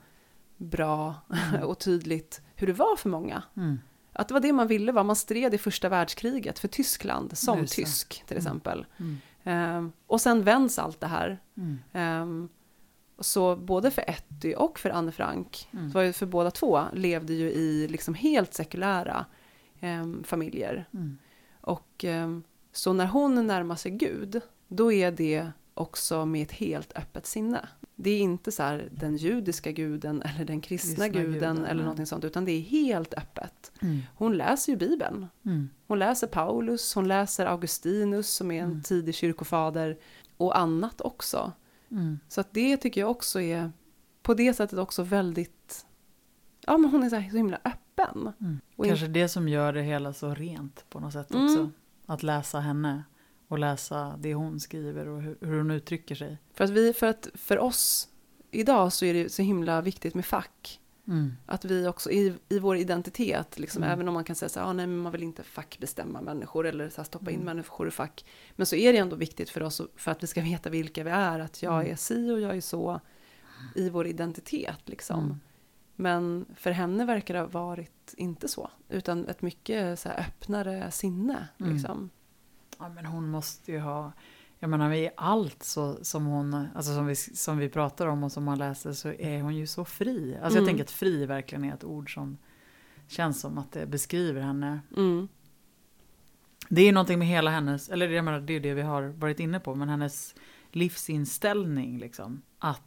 bra Mm. och tydligt hur det var för många. Mm. Att det var det man ville, var man stred i första världskriget för Tyskland som Just det. tysk till Mm. exempel. Mm. Um, och sen vänds allt det här. Mm. Um, så både för Etty och för Anne Frank, Mm. så var ju för båda två, levde ju i liksom helt sekulära um, familjer. Mm. Och um, så när hon närmar sig Gud, då är det också med ett helt öppet sinne. Det är inte så här den judiska guden eller den kristna, Kristna guden, guden, eller nej. någonting sånt, utan det är helt öppet. Mm. Hon läser ju Bibeln. Mm. Hon läser Paulus, hon läser Augustinus som är en Mm. tidig kyrkofader och annat också. Mm. Så att det tycker jag också är på det sättet också väldigt, ja men hon är så, här, så himla öppen. Mm. Och in- Kanske det som gör det hela så rent på något sätt Mm. också. Att läsa henne och läsa det hon skriver och hur, hur hon uttrycker sig. För att vi, för att för oss idag så är det så himla viktigt med fack. Mm. Att vi också i, i vår identitet, liksom, Mm. även om man kan säga så här, ah, nej, men man vill inte fackbestämma människor eller så här, stoppa in Mm. människor i fack. Men så är det ändå viktigt för oss, för att vi ska veta vilka vi är, att jag Mm. är si och jag är så i vår identitet. Liksom. Mm. Men för henne verkar det ha varit inte så, utan ett mycket så här, öppnare sinne. Mm. Liksom. Ja, men hon måste ju ha, jag menar i allt så, som hon, alltså som vi, som vi pratar om och som man läser, så är hon ju så fri. Alltså Mm. jag tänker att fri verkligen är ett ord som känns som att det beskriver henne. Mm. Det är ju någonting med hela hennes, eller jag menar, det är det vi har varit inne på, men hennes livsinställning liksom, att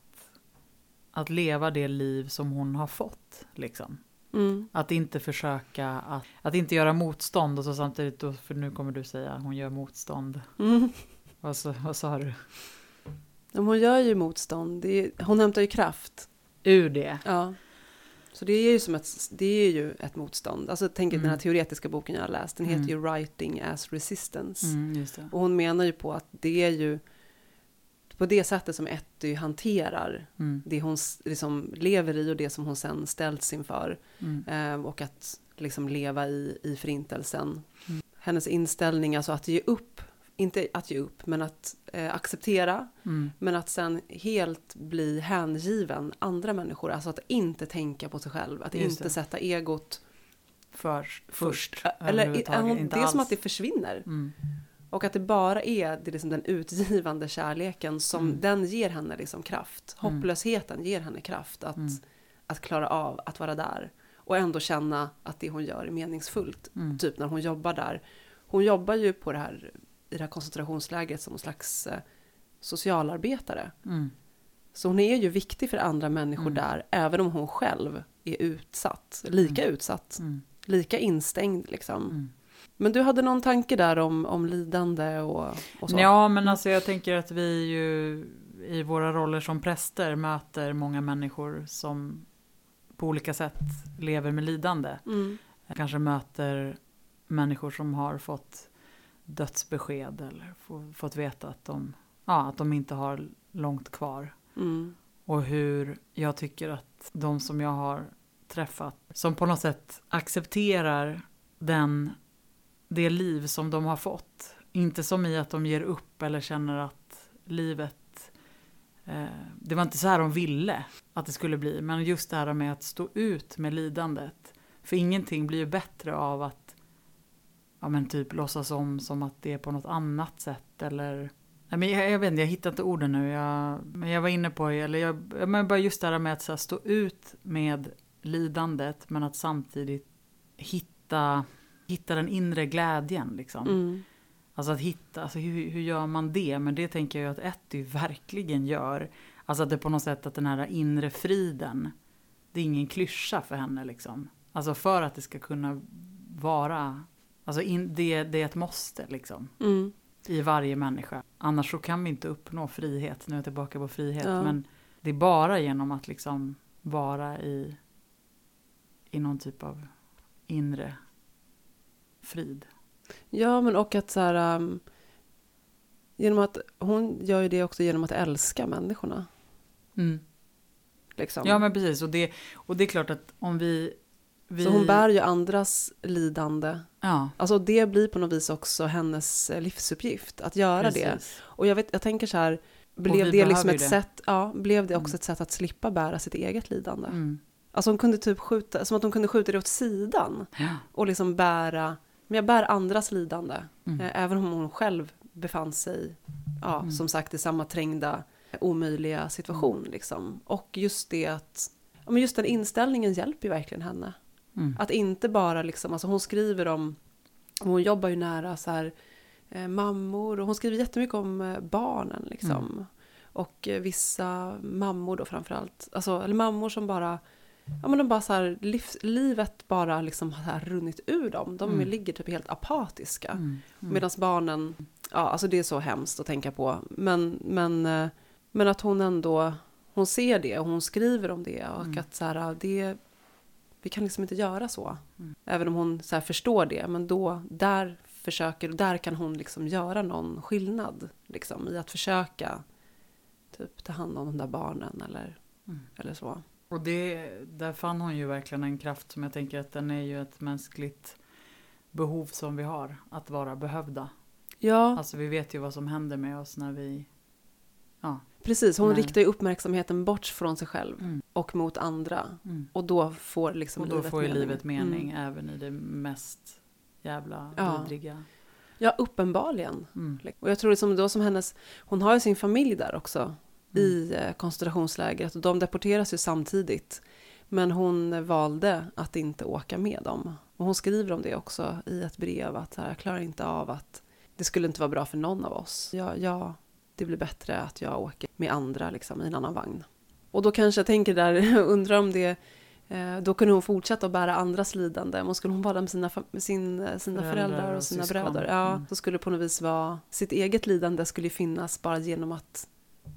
att leva det liv som hon har fått liksom. Mm. Att inte försöka att, att inte göra motstånd och så samtidigt då, för nu kommer du säga hon gör motstånd. Mm. Vad, så, vad sa du? Men hon gör ju motstånd, det är, hon hämtar ju kraft. Ur det. Ja. Så det är ju som ett, det är ju ett motstånd. Alltså tänk mm. den här teoretiska boken jag har läst, den heter Mm. ju Writing as Resistance. Mm, just det. Och hon menar ju på att det är ju på det sättet som Etty hanterar Mm. det hon liksom lever i och det som hon sen ställts inför. Mm. Eh, och att liksom leva i, i förintelsen. Mm. Hennes inställning, alltså att ge upp, inte att ge upp, men att eh, acceptera, Mm. men att sen helt bli hängiven andra människor, alltså att inte tänka på sig själv, att Just inte det. sätta egot För, först. eller överhuvudtaget, hon, inte det är som alls. att det försvinner. Mm. Och att det bara är, det är liksom den utgivande kärleken som Mm. den ger henne liksom kraft. Mm. Hopplösheten ger henne kraft att, Mm. att klara av att vara där. Och ändå känna att det hon gör är meningsfullt. Mm. Typ när hon jobbar där. Hon jobbar ju på det här, i det här koncentrationslägret som en slags eh, socialarbetare. Mm. Så hon är ju viktig för andra människor Mm. där. Även om hon själv är utsatt. Lika Mm. utsatt. Mm. Lika instängd liksom. Mm. Men du hade någon tanke där om, om lidande och, och så? Ja, men alltså jag tänker att vi ju i våra roller som präster möter många människor som på olika sätt lever med lidande. Mm. Kanske möter människor som har fått dödsbesked eller få, fått veta att de, ja, att de inte har långt kvar. Mm. Och hur jag tycker att de som jag har träffat, som på något sätt accepterar den, det liv som de har fått. Inte som i att de ger upp eller känner att livet, eh, det var inte så här de ville att det skulle bli. Men just det här med att stå ut med lidandet. För ingenting blir ju bättre av att, ja men typ låtsas om som att det är på något annat sätt. Eller, nej men jag, jag vet inte, jag hittar inte orden nu. Jag, men jag var inne på, eller jag, men bara just det här med att så här, stå ut med lidandet. Men att samtidigt hitta... hitta den inre glädjen liksom. Mm. Alltså att hitta, alltså hur, hur gör man det? Men det tänker jag att Etty verkligen gör. Alltså att det på något sätt att den här inre friden, det är ingen klyscha för henne liksom. Alltså för att det ska kunna vara, alltså in, det, det är ett måste liksom. Mm. I varje människa. Annars så kan vi inte uppnå frihet. Nu är jag tillbaka på frihet. Ja. Men det är bara genom att liksom vara i, i någon typ av inre frid. Ja, men och att så här, um, genom att hon gör ju det också genom att älska människorna. Mm. Liksom. Ja men precis. Och det, och det är klart att om vi... vi Så hon bär ju andras lidande. Ja, Alltså det blir på något vis också hennes livsuppgift att göra precis. det. Och jag, vet, jag tänker så här, vi blev det liksom behöver ett det. sätt, ja, blev det också Mm. ett sätt att slippa bära sitt eget lidande? Mm. Alltså hon kunde typ skjuta, som att hon kunde skjuta det åt sidan Ja. och liksom bära, men jag bär andras lidande. Mm. Eh, även om hon själv befann sig, ja, Mm. som sagt i samma trängda, omöjliga situation Mm. liksom. Och just det att, ja, men just den inställningen hjälper ju verkligen henne. Mm. Att inte bara liksom, alltså hon skriver om, hon jobbar ju nära så här eh, mammor och hon skriver jättemycket om eh, barnen liksom. Mm. Och eh, vissa mammor då framförallt, alltså, eller mammor som bara, ja men de bara så här, livs, livet bara liksom har runnit ur dem. De Mm. ligger typ helt apatiska. Mm. Mm. Medan barnen, ja alltså det är så hemskt att tänka på. Men, men, eh, men att hon ändå, hon ser det och hon skriver om det. Och Mm. att så här, det, vi kan liksom inte göra så. Mm. Även om hon så här förstår det. Men då, där försöker, där kan hon liksom göra någon skillnad. Liksom, i att försöka typ ta hand om de där barnen eller, Mm. eller så. Och det, där fann hon ju verkligen en kraft som jag tänker att den är ju ett mänskligt behov som vi har. Att vara behövda. Ja, Alltså vi vet ju vad som händer med oss när vi... Ja. precis. Hon Nej. riktar ju uppmärksamheten bort från sig själv. Mm. Och mot andra. Mm. Och då får liksom Och då livet får ju mening. livet mening Mm. även i det mest jävla Ja. vidriga. Ja, uppenbarligen. Mm. Och jag tror liksom då som hennes, hon har ju sin familj där också. Mm. I eh, koncentrationslägret. Och de deporteras ju samtidigt. Men hon valde att inte åka med dem. Och hon skriver om det också i ett brev. Att här, jag klarar inte av att det skulle inte vara bra för någon av oss. Ja, ja, det blir bättre att jag åker med andra liksom, i en annan vagn. Och då kanske jag tänker där, undrar om det, eh, då kunde hon fortsätta att bära andras lidande. Men skulle hon vara där med sina, fa- med sin, sina föräldrar, Föräldrar och och sina syskon. bröder. Ja, Mm. så skulle det på något vis vara, sitt eget lidande skulle finnas bara genom att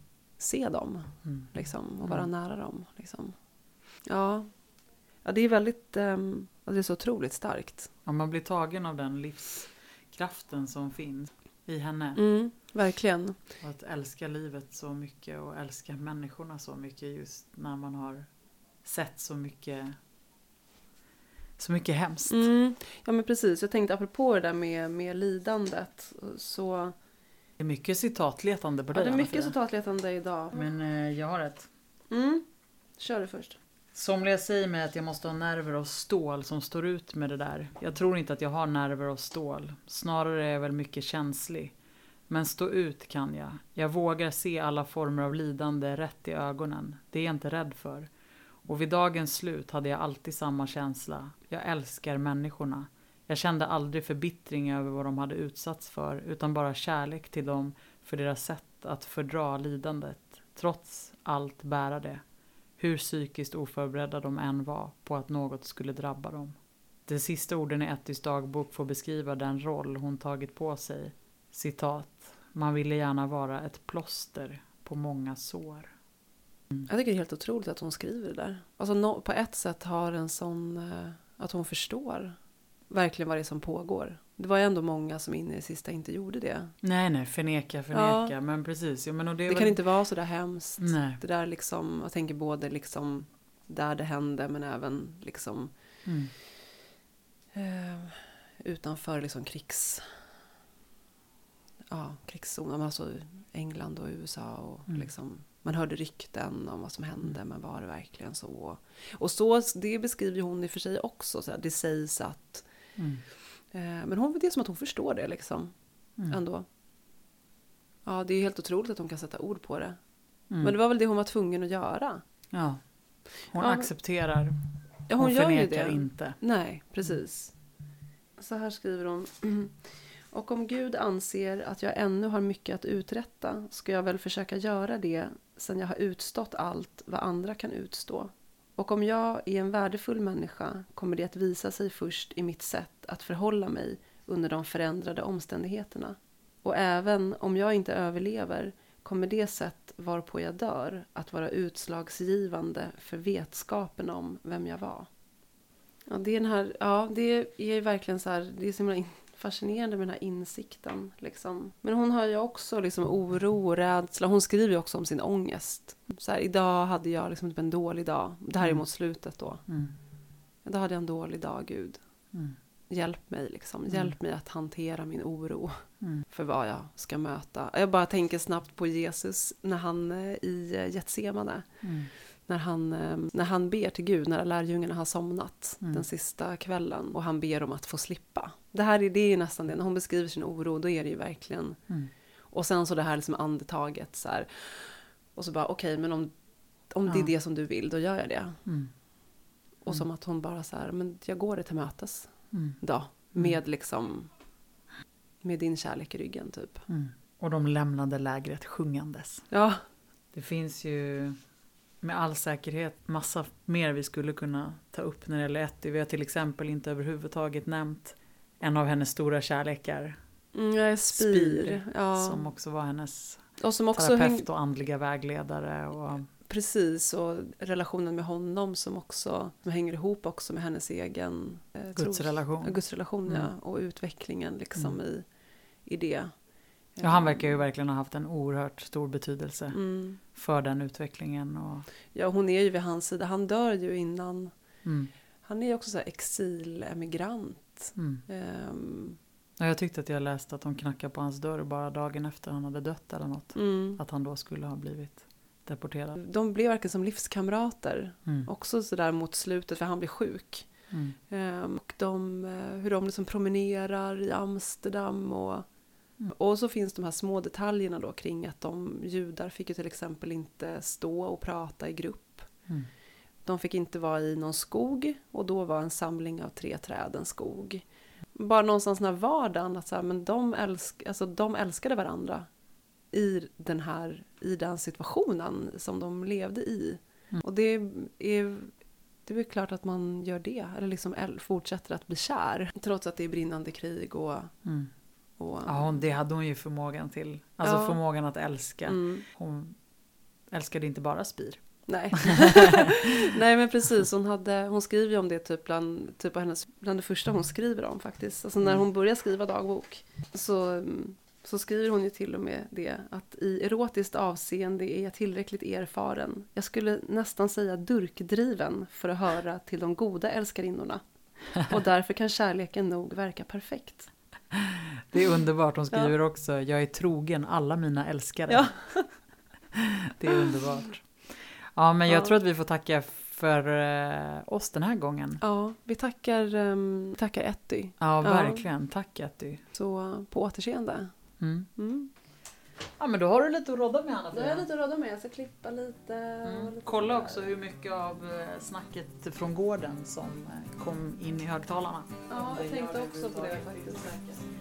se dem. Mm. Liksom, och vara Mm. nära dem. Liksom. Ja. ja, det är väldigt, um, det är så otroligt starkt. Ja, man blir tagen av den livskraften som finns. i henne. Mm, verkligen. Och att älska livet så mycket och älska människorna så mycket just när man har sett så mycket så mycket hemskt. Mm, ja men precis, jag tänkte apropå det där med, med lidandet så... Det är mycket citatletande på dig. Ja, det är mycket citatletande idag. Men eh, jag har ett. Mm, kör det först. Somliga säger mig att jag måste ha nerver av stål som står ut med det där. Jag tror inte att jag har nerver av stål. Snarare är jag väl mycket känslig. Men stå ut kan jag. Jag vågar se alla former av lidande rätt i ögonen. Det är jag inte rädd för. Och vid dagens slut hade jag alltid samma känsla. Jag älskar människorna. Jag kände aldrig förbittring över vad de hade utsatts för. Utan bara kärlek till dem för deras sätt att fördra lidandet. Trots allt bära det. Hur psykiskt oförberedda de än var på att något skulle drabba dem. De sista orden i Ettys dagbok får beskriva den roll hon tagit på sig. Citat. Man ville gärna vara ett plåster på många sår. Mm. Jag tycker det är helt otroligt att hon skriver det där. Alltså no, på ett sätt har en sån... Eh, att hon förstår verkligen vad det är som pågår. Det var ju ändå många som in i det sista inte gjorde det. Nej, nej, förneka, förneka. Ja. Men precis. Ja, men och det det väl... kan inte vara så där hemskt. Nej. Det där liksom, jag tänker både liksom där det hände men även liksom mm. eh, utanför liksom krigs... Ja, krigszonen. Alltså England och U S A och mm. liksom... Man hörde rykten om vad som hände, men var det verkligen så? Och så, det beskriver hon i för sig också. Så här, det sägs att... Mm. Eh, men hon, det är som att hon förstår det liksom. Mm. Ändå. Ja, det är helt otroligt att hon kan sätta ord på det. Mm. Men det var väl det hon var tvungen att göra. Ja. Hon ja, accepterar. Ja, hon, hon gör ju det. inte. Nej, precis. Så här skriver hon... Och om Gud anser att jag ännu har mycket att uträtta ska jag väl försöka göra det sen jag har utstått allt vad andra kan utstå. Och om jag är en värdefull människa kommer det att visa sig först i mitt sätt att förhålla mig under de förändrade omständigheterna. Och även om jag inte överlever kommer det sätt varpå jag dör att vara utslagsgivande för vetskapen om vem jag var. Ja, det är den här, ja, det är verkligen så här, det är så himla fascinerande med den här insikten. Liksom. Men hon har ju också liksom oro och rädsla. Hon skriver ju också om sin ångest. Så här, idag hade jag liksom en dålig dag. Det här är mot slutet då. Mm. Idag hade jag en dålig dag, Gud. Mm. Hjälp mig liksom. Mm. Hjälp mig att hantera min oro. Mm. För vad jag ska möta. Jag bara tänker snabbt på Jesus när han i Getsemane. Mm. När han, när han ber till Gud, när lärjungarna har somnat mm. den sista kvällen. Och han ber om att få slippa. Det här är, det är nästan det. När hon beskriver sin oro, då är det ju verkligen... Mm. Och sen så det här liksom andetaget så här. Och så bara, okej, okay, men om, om ja. det är det som du vill, då gör jag det. Mm. Och som att hon bara så här, men jag går det till mötes. Mm. Då, med liksom... Med din kärlek i ryggen, typ. Mm. Och de lämnade lägret sjungandes. Ja. Det finns ju... med all säkerhet massa mer vi skulle kunna ta upp när det gäller Etty. Vi har till exempel inte överhuvudtaget nämnt en av hennes stora kärlekar. Mm, Spir. Spir ja. Som också var hennes och som också terapeut häng... och andliga vägledare. Och... Precis, och relationen med honom som också som hänger ihop också med hennes egen eh, gudsrelation. Tros, gudsrelation mm. ja, och utvecklingen liksom mm. i, i det. Ja, han verkar ju verkligen ha haft en oerhört stor betydelse mm. för den utvecklingen. Och... Ja, hon är ju vid hans sida. Han dör ju innan. Mm. Han är ju också så här exilemigrant. Mm. Um... Ja, jag tyckte att jag läste att de knackade på hans dörr bara dagen efter han hade dött eller något. Mm. Att han då skulle ha blivit deporterad. De blev verkligen som livskamrater. Mm. Också så där mot slutet, för han blir sjuk. Mm. Um, och de, hur de liksom promenerar i Amsterdam och... Mm. Och så finns de här små detaljerna då kring att de judar fick ju till exempel inte stå och prata i grupp. Mm. De fick inte vara i någon skog och då var en samling av tre träd en skog. Bara någonstans när vardagen att så här, men de, älsk, alltså, de älskade varandra i den här i den situationen som de levde i. Mm. Och det är det är väl klart att man gör det eller liksom fortsätter att bli kär trots att det är brinnande krig och mm. Och, ja, det hade hon ju förmågan till. Alltså ja. förmågan att älska. Mm. Hon älskade inte bara Spir. Nej. Nej, men precis. Hon, hade, hon skriver ju om det typ bland, typ av hennes, bland det första hon skriver om faktiskt. Alltså när hon börjar skriva dagbok så, så skriver hon ju till och med det, att i erotiskt avseende är jag tillräckligt erfaren. Jag skulle nästan säga durkdriven för att höra till de goda älskarinnorna. Och därför kan kärleken nog verka perfekt. Det är underbart. Hon skriver ja. också, jag är trogen alla mina älskare. Ja. Det är underbart. Ja, men jag ja. tror att vi får tacka för uh, oss den här gången. Ja, vi tackar, um, tackar Etty. Ja, verkligen. Ja. Tack Etty. Så på återseende. Mm. Mm. Ja, men då har du lite att råda med, Anna. Då har jag lite att råda med. Jag ska klippa lite. Mm. lite Kolla där. också hur mycket av snacket från gården som kom in i högtalarna. Ja, jag tänkte också på det faktiskt.